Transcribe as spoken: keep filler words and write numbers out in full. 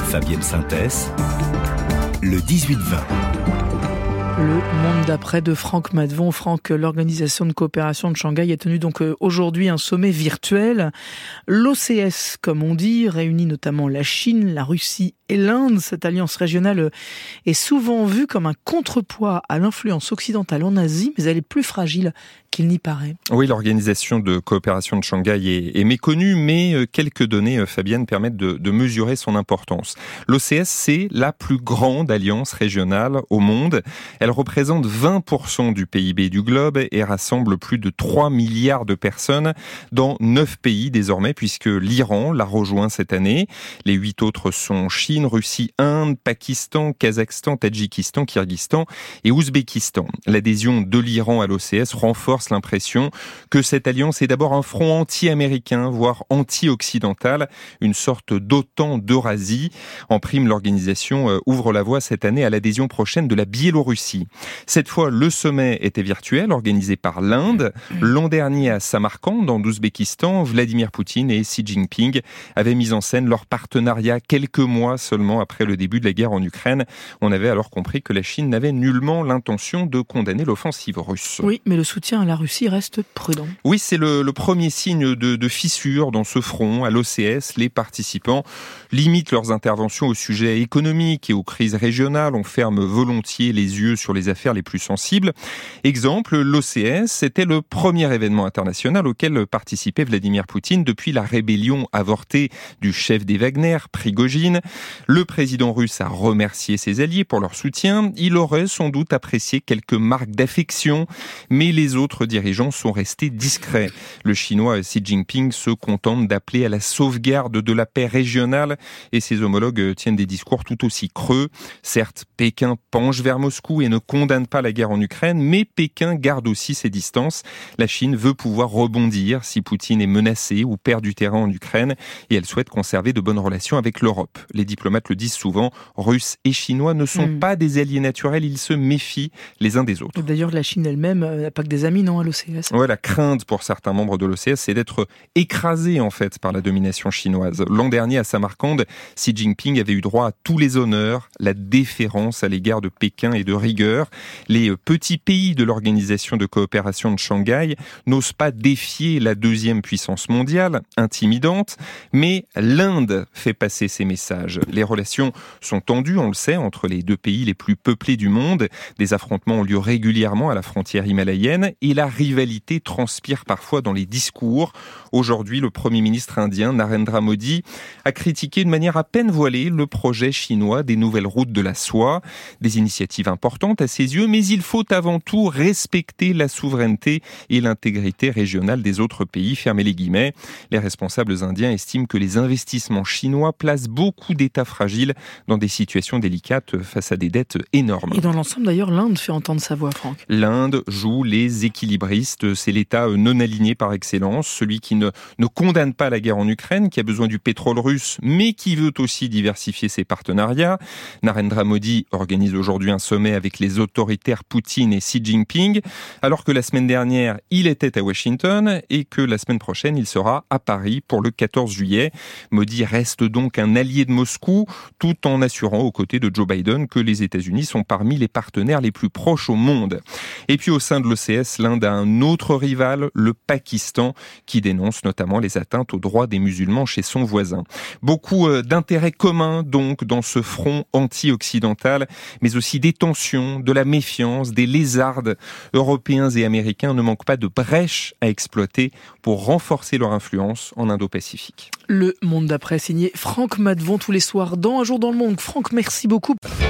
Fabienne Synthèse, le dix-huit vingt. Le monde d'après de Franck Madvon. Franck, l'Organisation de coopération de Shanghai a tenu donc aujourd'hui un sommet virtuel. L'O C S, comme on dit, réunit notamment la Chine, la Russie et l'Inde. Cette alliance régionale est souvent vue comme un contrepoids à l'influence occidentale en Asie, mais elle est plus fragile qu'il n'y paraît. Oui, l'Organisation de coopération de Shanghai est, est méconnue, mais quelques données, Fabienne, permettent de, de mesurer son importance. L'O C S, c'est la plus grande alliance régionale au monde. Elle représente vingt pour cent du P I B du globe et rassemble plus de trois milliards de personnes dans neuf pays désormais, puisque l'Iran l'a rejoint cette année. Les huit autres sont Chine, Russie, Inde, Pakistan, Kazakhstan, Tadjikistan, Kirghizistan et Ouzbékistan. L'adhésion de l'Iran à l'O C S renforce l'impression que cette alliance est d'abord un front anti-américain, voire anti-occidental, une sorte d'OTAN d'Eurasie. En prime, l'organisation ouvre la voie cette année à l'adhésion prochaine de la Biélorussie. Cette fois, le sommet était virtuel, organisé par l'Inde. L'an dernier, à Samarcande, dans l'Ouzbékistan, Vladimir Poutine et Xi Jinping avaient mis en scène leur partenariat quelques mois seulement après le début de la guerre en Ukraine. On avait alors compris que la Chine n'avait nullement l'intention de condamner l'offensive russe. Oui, mais le soutien à la Russie reste prudent. Oui, c'est le, le premier signe de, de fissure dans ce front. À l'O C S, les participants limitent leurs interventions aux sujets économiques et aux crises régionales. On ferme volontiers les yeux sur les affaires les plus sensibles. Exemple, l'O C S, c'était le premier événement international auquel participait Vladimir Poutine depuis la rébellion avortée du chef des Wagner, Prigojine. Le président russe a remercié ses alliés pour leur soutien. Il aurait sans doute apprécié quelques marques d'affection, mais les autres dirigeants sont restés discrets. Le chinois Xi Jinping se contente d'appeler à la sauvegarde de la paix régionale et ses homologues tiennent des discours tout aussi creux. Certes, Pékin penche vers Moscou et ne condamne pas la guerre en Ukraine, mais Pékin garde aussi ses distances. La Chine veut pouvoir rebondir si Poutine est menacé ou perd du terrain en Ukraine et elle souhaite conserver de bonnes relations avec l'Europe. Les diplomates le disent souvent, Russes et Chinois ne sont mmh. pas des alliés naturels, ils se méfient les uns des autres. D'ailleurs, la Chine elle-même n'a pas que des amis, non, à l'O C S. Ouais, la crainte pour certains membres de l'O C S, c'est d'être écrasé en fait par la domination chinoise. L'an dernier à Samarcande, Xi Jinping avait eu droit à tous les honneurs, la déférence à l'égard de Pékin et de rigueur. Les petits pays de l'Organisation de coopération de Shanghai n'osent pas défier la deuxième puissance mondiale, intimidante, mais l'Inde fait passer ces messages. Les relations sont tendues, on le sait, entre les deux pays les plus peuplés du monde. Des affrontements ont lieu régulièrement à la frontière himalayenne et la rivalité transpire parfois dans les discours. Aujourd'hui, le Premier ministre indien, Narendra Modi, a critiqué de manière à peine voilée le projet chinois des nouvelles routes de la soie. Des initiatives importantes à ses yeux, mais il faut avant tout respecter la souveraineté et l'intégrité régionale des autres pays. Fermez les guillemets. Les responsables indiens estiment que les investissements chinois placent beaucoup d'États fragiles dans des situations délicates face à des dettes énormes. Et dans l'ensemble, d'ailleurs, l'Inde fait entendre sa voix, Franck. L'Inde joue les équilibristes. C'est l'État non aligné par excellence, celui qui ne, ne condamne pas la guerre en Ukraine, qui a besoin du pétrole russe, mais qui veut aussi diversifier ses partenariats. Narendra Modi organise aujourd'hui un sommet avec les autoritaires Poutine et Xi Jinping, alors que la semaine dernière, il était à Washington et que la semaine prochaine, il sera à Paris pour le quatorze juillet. Modi reste donc un allié de Moscou, tout en assurant aux côtés de Joe Biden que les États-Unis sont parmi les partenaires les plus proches au monde. Et puis au sein de l'O C S, l'Inde a un autre rival, le Pakistan, qui dénonce notamment les atteintes aux droits des musulmans chez son voisin. Beaucoup d'intérêts communs donc dans ce front anti-occidental, mais aussi des tensions, de la méfiance, des lézardes. Européens et Américains ne manquent pas de brèches à exploiter pour renforcer leur influence en Indo-Pacifique. Le Monde d'après, signé Franck Madvon tous les soirs dans Un jour dans le monde. Franck, merci beaucoup.